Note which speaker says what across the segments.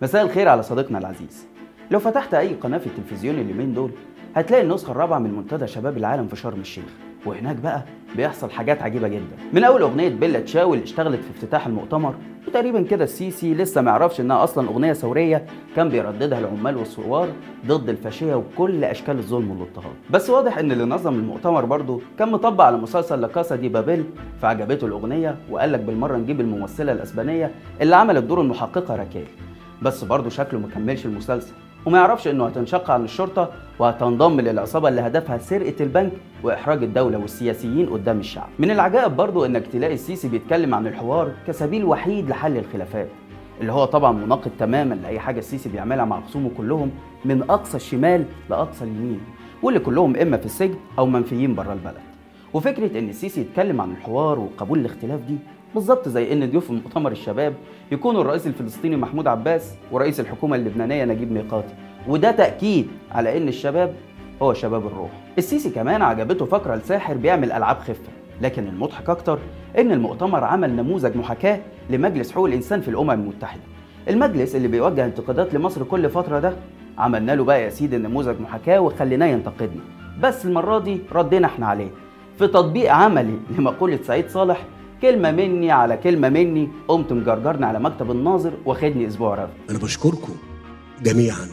Speaker 1: مساء الخير على صديقنا العزيز. لو فتحت أي قناة في التلفزيون اليومين دول هتلاقي النسخة الرابعة من منتدى شباب العالم في شرم الشيخ، وهناك بقى بيحصل حاجات عجيبة جدا. من أول أغنية بيلا تشاو اللي اشتغلت في افتتاح المؤتمر، وتقريبا كده السيسي لسه ما يعرفش إنها أصلا أغنية ثورية كان بيرددها العمال والثوار ضد الفاشية وكل أشكال الظلم والاضطهاد. بس واضح إن اللي نظم المؤتمر برضه كان مطبق على مسلسل لا كاسا دي بابيل، فعجبته الأغنية وقال لك بالمرة نجيب الممثلة الأسبانية اللي عملت دور المحققة راكيل. بس برضه شكله مكملش المسلسل وما يعرفش انه هتنشق عن الشرطه وهتنضم للعصابه اللي هدفها سرقه البنك واحراج الدوله والسياسيين قدام الشعب. من العجائب برضه انك تلاقي السيسي بيتكلم عن الحوار كسبيل وحيد لحل الخلافات، اللي هو طبعا مناقض تماما لاي حاجه السيسي بيعملها مع خصومه كلهم من اقصى الشمال لاقصى اليمين، واللي كلهم اما في السجن او منفيين بره البلد. وفكره ان السيسي يتكلم عن الحوار وقبول الاختلاف دي بالظبط زي ان ضيوف مؤتمر الشباب يكونوا الرئيس الفلسطيني محمود عباس ورئيس الحكومه اللبنانيه نجيب ميقاتي، وده تاكيد على ان الشباب هو شباب الروح. السيسي كمان عجبته فقره لساحر بيعمل العاب خفه، لكن المضحك اكتر ان المؤتمر عمل نموذج محاكاه لمجلس حقوق الانسان في الامم المتحده. المجلس اللي بيوجه انتقادات لمصر كل فتره ده عملنا له بقى يا سيدي نموذج محاكاه وخليناه ينتقدنا، بس المره دي ردينا احنا عليه في تطبيق عملي لمقوله سعيد صالح: كلمة مني على كلمة مني قمت مجرجرني على مكتب الناظر واخدني اسبوع رفض.
Speaker 2: انا بشكركم جميعا،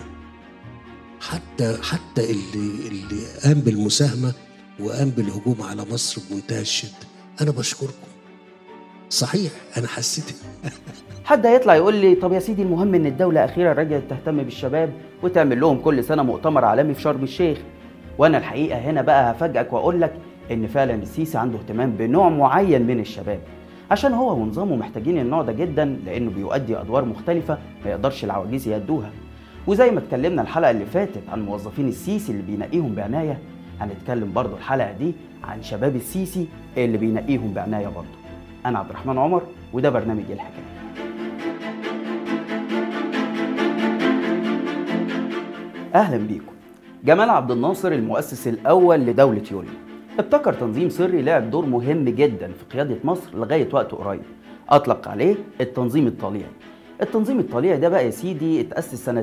Speaker 2: حتى اللي قام بالمساهمة وقام بالهجوم على مصر بمنتهى الشدة، انا بشكركم. صحيح انا حسيت
Speaker 1: حد هيطلع يقول لي طب يا سيدي المهم ان الدولة اخيرا رجعت تهتم بالشباب وتعمل لهم كل سنة مؤتمر عالمي في شرم الشيخ. وانا الحقيقة هنا بقى هفاجئك واقول لك ان فعلا السيسي عنده اهتمام بنوع معين من الشباب، عشان هو ونظامه محتاجين النوع ده جدا لانه بيؤدي ادوار مختلفه ما يقدرش العواجيز يأدوها. وزي ما اتكلمنا الحلقه اللي فاتت عن موظفين السيسي اللي بينقيهم بعنايه، هنتكلم برضو الحلقه دي عن شباب السيسي اللي بينقيهم بعنايه برضو. انا عبد الرحمن عمر وده برنامج الحكايه. اهلا بيكم. جمال عبد الناصر المؤسس الاول لدوله يوليو ابتكر تنظيم سري لعب دور مهم جدا في قيادة مصر لغاية وقت قريب، أطلق عليه التنظيم الطليعي. التنظيم الطليعي ده بقى يا سيدي اتأسس سنة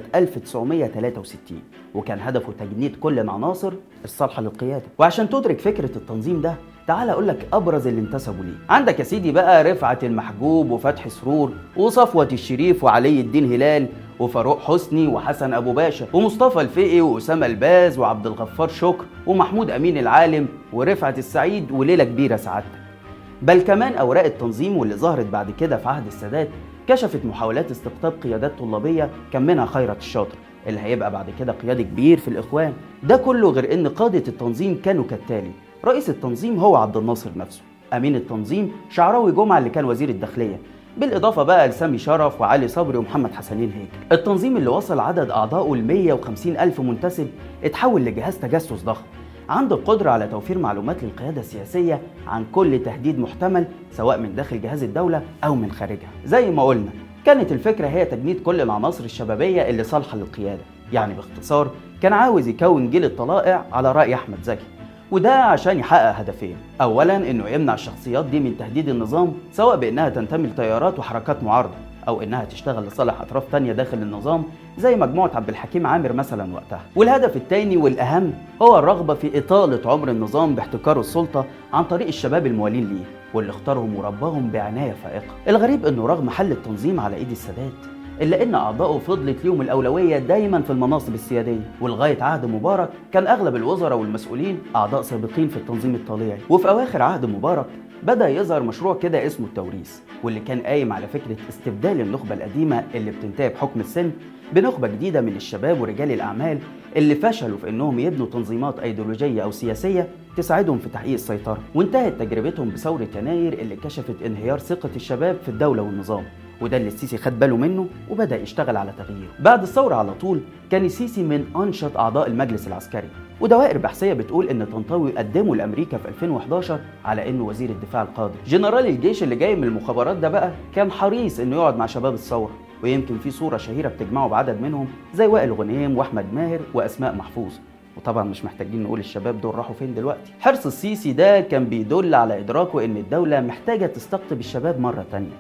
Speaker 1: 1963 وكان هدفه تجنيد كل العناصر الصالحة للقيادة. وعشان تدرك فكرة التنظيم ده تعال أقول لك أبرز اللي انتسبوا ليه. عندك يا سيدي بقى رفعت المحجوب وفتحي سرور وصفوة الشريف وعلي الدين هلال وفاروق حسني وحسن أبو باشا ومصطفى الفقي وأسامة الباز وعبد الغفار شكر ومحمود أمين العالم ورفعت السعيد وليلة كبيرة سعادتك. بل كمان أوراق التنظيم واللي ظهرت بعد كده في عهد السادات كشفت محاولات استقطاب قيادات طلابية كان منها خيرت الشاطر اللي هيبقى بعد كده قيادي كبير في الإخوان. ده كله غير إن قادة التنظيم كانوا كالتالي: رئيس التنظيم هو عبد الناصر نفسه، أمين التنظيم شعراوي جمعة اللي كان وزير الداخلية، بالإضافة بقى لسامي شرف وعلي صبري ومحمد حسنين هيكل. التنظيم اللي وصل عدد أعضائه ل 150 ألف منتسب اتحول لجهاز تجسس ضخم عنده القدرة على توفير معلومات للقيادة السياسية عن كل تهديد محتمل سواء من داخل جهاز الدولة أو من خارجها. زي ما قلنا كانت الفكرة هي تجنيد كل العناصر الشبابية اللي صالحة للقيادة، يعني باختصار كان عاوز يكون جيل الطلائع على رأي أحمد زكي، وده عشان يحقق هدفين: أولا إنه يمنع الشخصيات دي من تهديد النظام سواء بإنها تنتمي لتيارات وحركات معارضة أو إنها تشتغل لصالح أطراف تانية داخل النظام زي مجموعة عبد الحكيم عامر مثلا وقتها. والهدف الثاني والأهم هو الرغبة في إطالة عمر النظام باحتكار السلطة عن طريق الشباب الموالين ليه واللي اختارهم ورباهم بعناية فائقة. الغريب إنه رغم حل التنظيم على إيد السادات إلا إن أعضائه فضلت ليهم الأولوية دايما في المناصب السيادية، ولغاية عهد مبارك كان أغلب الوزراء والمسؤولين أعضاء سابقين في التنظيم الطليعي. وفي أواخر عهد مبارك بدأ يظهر مشروع كده اسمه التوريث، واللي كان قايم على فكرة استبدال النخبة القديمة اللي بتنتهي بحكم السن بنخبة جديدة من الشباب ورجال الأعمال اللي فشلوا في إنهم يبنوا تنظيمات أيديولوجية أو سياسية تساعدهم في تحقيق السيطرة. وانتهت تجربتهم بثورة يناير اللي كشفت انهيار ثقة الشباب في الدولة والنظام، وده اللي السيسي خد باله منه وبدأ يشتغل على تغييره. بعد الثورة على طول كان السيسي من أنشط أعضاء المجلس العسكري، ودوائر بحثية بتقول إن طنطاوي قدمه لأمريكا في 2011 على إنه وزير الدفاع القادم. جنرال الجيش اللي جاي من المخابرات ده بقى كان حريص إنه يقعد مع شباب الثورة، ويمكن في صورة شهيرة بتجمعه بعدد منهم زي وائل غنيم وأحمد ماهر وأسماء محفوظ. وطبعا مش محتاجين نقول الشباب دول راحوا فين دلوقتي. حرص السيسي ده كان بيدل على إدراكه إن الدولة محتاجة تستقطب الشباب مرة تانية،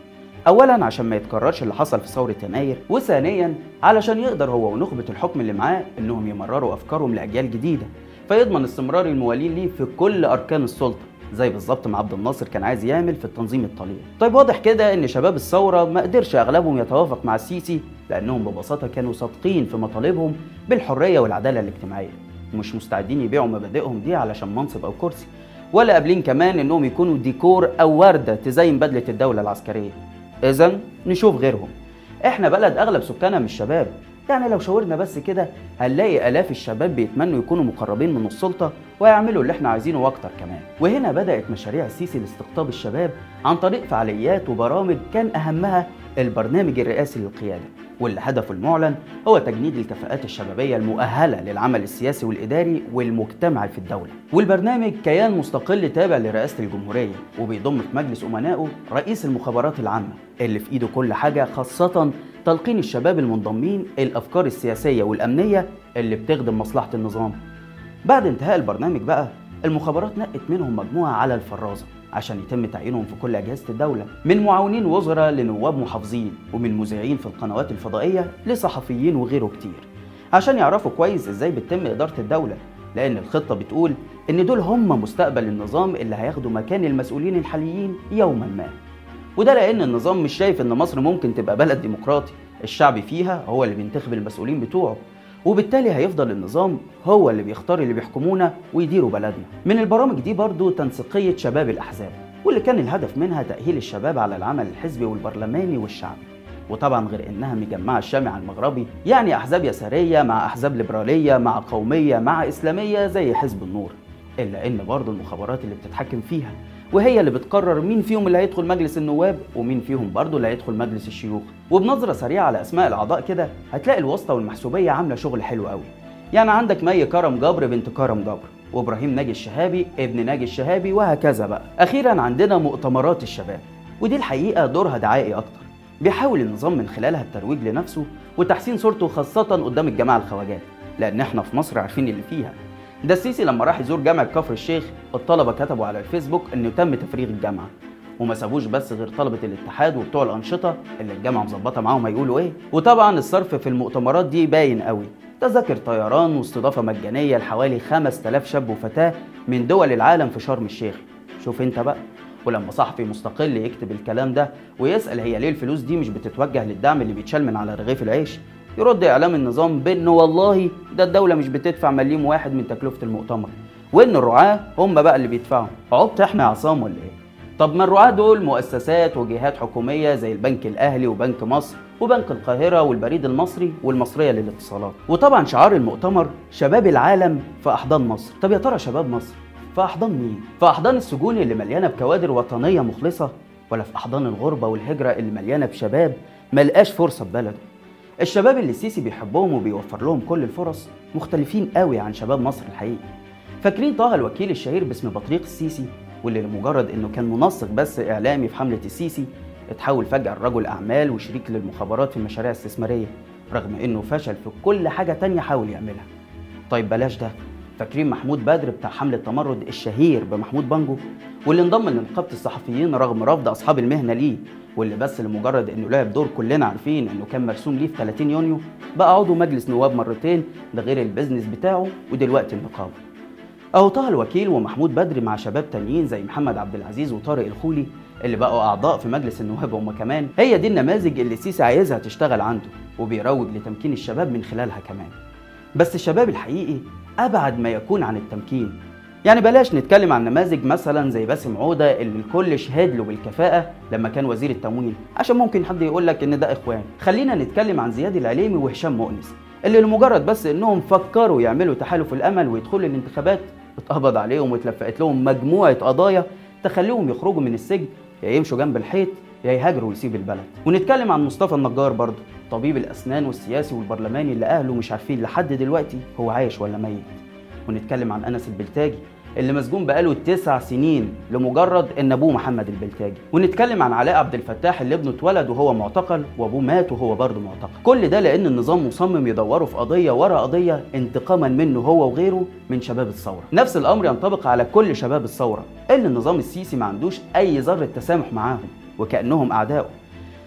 Speaker 1: اولا عشان ما يتكررش اللي حصل في ثورة يناير، وثانيا علشان يقدر هو ونخبة الحكم اللي معاه انهم يمرروا افكارهم لاجيال جديدة، فيضمن استمرار الموالين ليه في كل اركان السلطة، زي بالظبط ما عبد الناصر كان عايز يعمل في التنظيم الطليعي. طيب واضح كده ان شباب الثورة ما قدرش اغلبهم يتوافق مع السيسي، لانهم ببساطة كانوا صادقين في مطالبهم بالحرية والعدالة الاجتماعية، ومش مستعدين يبيعوا مبادئهم دي علشان منصب او كرسي، ولا قابلين كمان انهم يكونوا ديكور او وردة تزين بدلة الدولة العسكرية. اذا نشوف غيرهم. احنا بلد اغلب سكانها مش شباب، يعني لو شاورنا بس كده هنلاقي الاف الشباب بيتمنوا يكونوا مقربين من السلطة ويعملوا اللي احنا عايزينه واكتر كمان. وهنا بدأت مشاريع السيسي لاستقطاب الشباب عن طريق فعاليات وبرامج كان اهمها البرنامج الرئاسي للقيادة، واللي هدفه المعلن هو تجنيد الكفاءات الشبابية المؤهلة للعمل السياسي والإداري والمجتمعي في الدولة. والبرنامج كيان مستقل تابع لرئاسة الجمهورية، وبيضم في مجلس أمنائه رئيس المخابرات العامة اللي في إيده كل حاجة، خاصة تلقين الشباب المنضمين الأفكار السياسية والأمنية اللي بتخدم مصلحة النظام. بعد انتهاء البرنامج بقى المخابرات نقت منهم مجموعة على الفرازة عشان يتم تعيينهم في كل أجهزة الدولة، من معاونين وزراء لنواب محافظين، ومن مذيعين في القنوات الفضائية لصحفيين وغيره كتير، عشان يعرفوا كويس ازاي بتتم إدارة الدولة، لأن الخطة بتقول إن دول هم مستقبل النظام اللي هياخدوا مكان المسؤولين الحاليين يوما ما. وده لأن النظام مش شايف إن مصر ممكن تبقى بلد ديمقراطي الشعب فيها هو اللي بينتخب المسؤولين بتوعه، وبالتالي هيفضل النظام هو اللي بيختار اللي بيحكمونا ويديروا بلدنا. من البرامج دي برضو تنسيقية شباب الأحزاب، واللي كان الهدف منها تأهيل الشباب على العمل الحزبي والبرلماني والشعبي. وطبعا غير إنها مجمعة الشامع المغربي، يعني أحزاب يسارية مع أحزاب ليبرالية مع قومية مع إسلامية زي حزب النور، إلا إن برضو المخابرات اللي بتتحكم فيها، وهي اللي بتقرر مين فيهم اللي هيدخل مجلس النواب ومين فيهم برضه اللي هيدخل مجلس الشيوخ. وبنظرة سريعة على أسماء الأعضاء كده هتلاقي الواسطة والمحسوبية عاملة شغل حلو قوي. يعني عندك مي كرم جبر بنت كرم جبر، وإبراهيم ناجي الشهابي ابن ناجي الشهابي، وهكذا بقى. أخيرا عندنا مؤتمرات الشباب، ودي الحقيقة دورها دعائي أكتر، بيحاول النظام من خلالها الترويج لنفسه وتحسين صورته، خاصة قدام الجماعة الخواجات، لأن احنا في مصر عارفين اللي فيها. ده السيسي لما راح يزور جامعة كفر الشيخ الطلبة كتبوا على الفيسبوك انه تم تفريغ الجامعة، وما سابوش بس غير طلبة الاتحاد وبتوع الأنشطة اللي الجامعة مظبطة معاهم هيقولوا ايه. وطبعا الصرف في المؤتمرات دي باين قوي، تذاكر طيران واستضافة مجانية لحوالي 5000 شاب وفتاة من دول العالم في شرم الشيخ. شوف انت بقى. ولما صحفي مستقل يكتب الكلام ده ويسأل هي ليه الفلوس دي مش بتتوجه للدعم اللي بيتشال من على رغيف العيش، يرد إعلام النظام بأنه والله ده الدولة مش بتدفع مليم واحد من تكلفة المؤتمر، وإن الرعاة هم بقى اللي بيدفعوا. عبط احنا يا عصام ولا إيه؟ طب ما الرعاة دول مؤسسات وجهات حكومية زي البنك الأهلي وبنك مصر وبنك القاهرة والبريد المصري والمصرية للاتصالات. وطبعا شعار المؤتمر شباب العالم في أحضان مصر. طب يا ترى شباب مصر في أحضان مين؟ في أحضان السجون اللي مليانة بكوادر وطنية مخلصة، ولا في أحضان الغربة والهجرة اللي مليانة بشباب ملقاش فرصة ببلده؟ الشباب اللي السيسي بيحبهم وبيوفر لهم كل الفرص مختلفين قوي عن شباب مصر الحقيقي. فاكرين طه الوكيل الشهير باسم بطريق السيسي، واللي لمجرد انه كان منسق بس اعلامي في حملة السيسي اتحول فجأة لرجل اعمال وشريك للمخابرات في المشاريع الاستثمارية، رغم انه فشل في كل حاجة تانية حاول يعملها. طيب بلاش ده، فاكرين محمود بدر بتاع حملة تمرد الشهير بمحمود بانجو، واللي انضم لنقابة الصحفيين رغم رفض اصحاب المهنة ليه، واللي بس لمجرد انه لعب دور كلنا عارفين انه كان مرسوم ليه في 30 يونيو بقى عضو مجلس نواب مرتين، ده غير البيزنس بتاعه ودلوقتي النقابة. اهو طه الوكيل ومحمود بدر مع شباب تانيين زي محمد عبد العزيز وطارق الخولي اللي بقوا اعضاء في مجلس النواب هم كمان. هي دي النماذج اللي السيسي عايزها تشتغل عنده، وبيروج لتمكين الشباب من خلالها كمان. بس الشباب الحقيقي ابعد ما يكون عن التمكين. يعني بلاش نتكلم عن نماذج مثلا زي باسم عودة اللي الكل شهد له بالكفاءة لما كان وزير التموين، عشان ممكن حد يقول لك ان ده اخوان. خلينا نتكلم عن زياد العليمي وهشام مؤنس اللي لمجرد بس انهم فكروا يعملوا تحالف الامل ويدخلوا الانتخابات اتقبض عليهم واتلفقت لهم مجموعة قضايا تخليهم يخرجوا من السجن، يا يمشوا جنب الحيط يا يهاجروا ويسيب البلد. ونتكلم عن مصطفى النجار برضه، طبيب الاسنان والسياسي والبرلماني اللي اهله مش عارفين لحد دلوقتي هو عايش ولا ميت. ونتكلم عن انس البلتاجي اللي مسجون بقاله 9 سنين لمجرد ان ابوه محمد البلتاجي. ونتكلم عن علاء عبد الفتاح اللي ابنه اتولد وهو معتقل وابوه مات وهو برضه معتقل. كل ده لان النظام مصمم يدوره في قضيه ورا قضيه انتقاما منه هو وغيره من شباب الثوره. نفس الامر ينطبق على كل شباب الثوره، ان النظام السيسي ما عندوش اي ذره تسامح معاهم وكانهم اعدائه.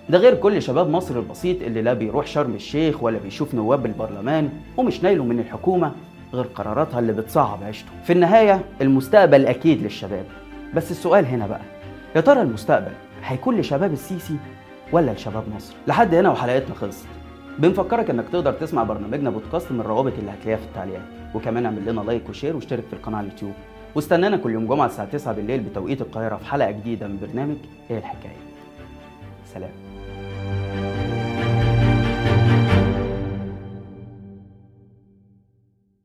Speaker 1: ده غير كل شباب مصر البسيط اللي لا بيروح شرم الشيخ ولا بيشوف نواب البرلمان ومش نايله من الحكومة غير قراراتها اللي بتصعب عيشته. في النهاية المستقبل أكيد للشباب، بس السؤال هنا بقى، يا ترى المستقبل هيكون لشباب السيسي ولا لشباب مصر؟ لحد هنا وحلقتنا خلصت. بنفكرك انك تقدر تسمع برنامجنا بودكاست من الروابط اللي هتلاقيها في التعليقات، وكمان اعمل لنا لايك وشير واشترك في القناه على اليوتيوب، واستنانا كل يوم جمعه الساعه 9 بالليل بتوقيت القاهره في حلقه جديده من برنامج ايه الحكايه. سلام.